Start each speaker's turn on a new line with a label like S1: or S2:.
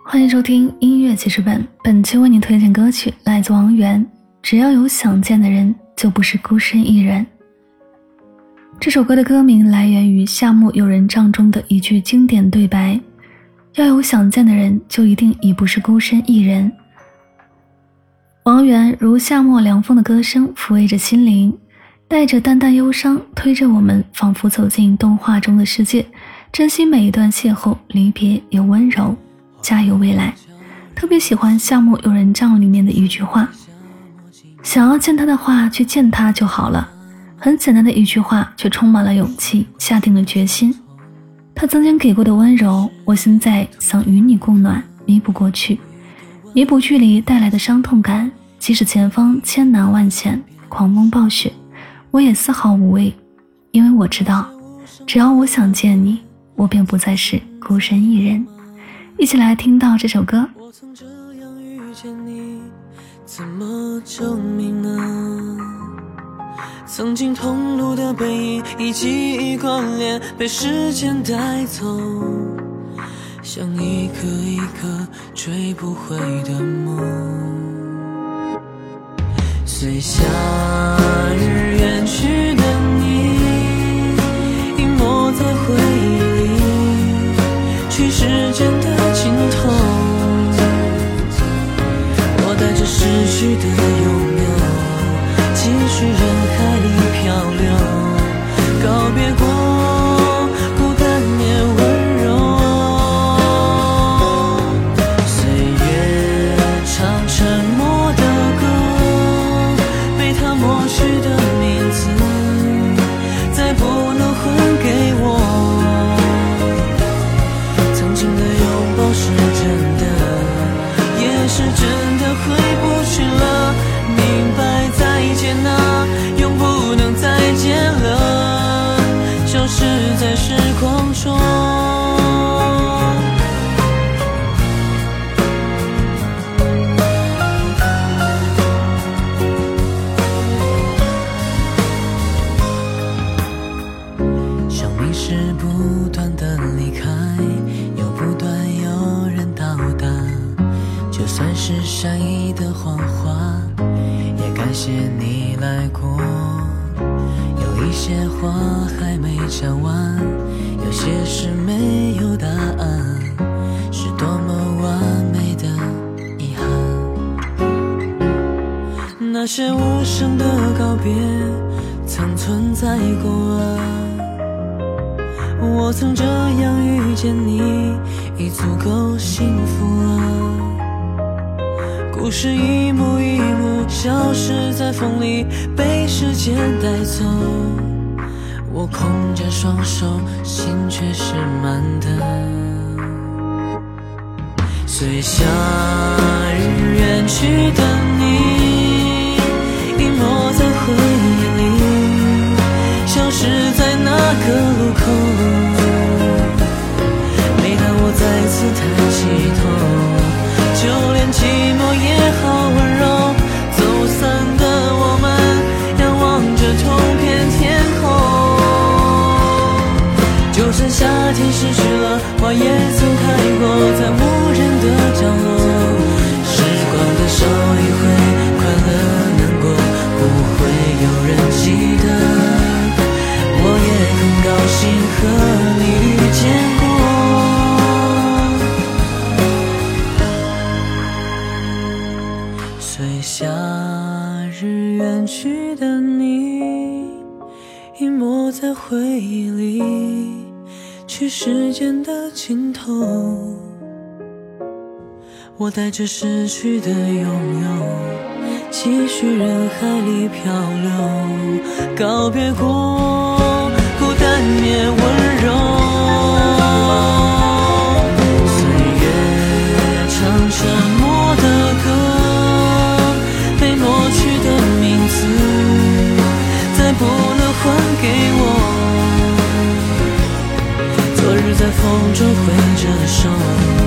S1: 欢迎收听音乐记事本，本期为你推荐歌曲来自王源，只要有想见的人，就不是孤身一人。这首歌的歌名来源于夏目友人帐中的一句经典对白，要有想见的人，就一定已不是孤身一人。王源如夏末凉风的歌声抚慰着心灵，带着淡淡忧伤，推着我们仿佛走进动画中的世界，珍惜每一段邂逅，离别有温柔，加油未来。特别喜欢夏目友人帐里面的一句话，想要见他的话，去见他就好了。很简单的一句话，却充满了勇气，下定了决心。他曾经给过的温柔，我现在想与你共暖，弥补过去，弥补距离带来的伤痛感。即使前方千难万险，狂风暴雪，我也丝毫无畏，因为我知道，只要我想见你，我便不再是孤身一人。一起来听到这首歌。
S2: 我曾这样遇见你，怎么证明呢？曾经同路的背影，以记忆关联，被时间带走，像一颗一颗追不回的梦。随夏日远去的你，隐没在回忆里，去时间的尽头。我带着失去的拥有，继续人海里漂流，告别过孤单也温柔。岁月唱沉默的歌，被他抹去的名字，再不能还给我。曾经的拥抱是真的，也是真的回不去了。明白再见啊，永不能再见了，消失在时光中。生命是不断的离开，又不断有人到达，就算是善意的谎话，也感谢你来过。有一些话还没讲完，有些事没有答案，是多么完美的遗憾。那些无声的告别曾存在过啊，我曾这样遇见你，已足够幸福了。故事一幕一幕消失在风里，被时间带走。我空着双手，心却是满的。随夏日远去的你，隐没在回忆里，消失在那个路口。每当我再次抬起头，就连寂寞也好温柔。走散的我们，仰望着同片天空。就算夏天失去了，花也曾开过，在无人的角落。时光的手一挥，快乐难过，不会有人记得。我也很高兴和你遇见过。随夏日远去的你，隐没在回忆里，去时间的尽头。我带着失去的拥有，继续人海里漂流，告别过孤单也温柔。岁月唱沉默的歌，被抹去的名字，再不能还给我。昨日在风中挥着手，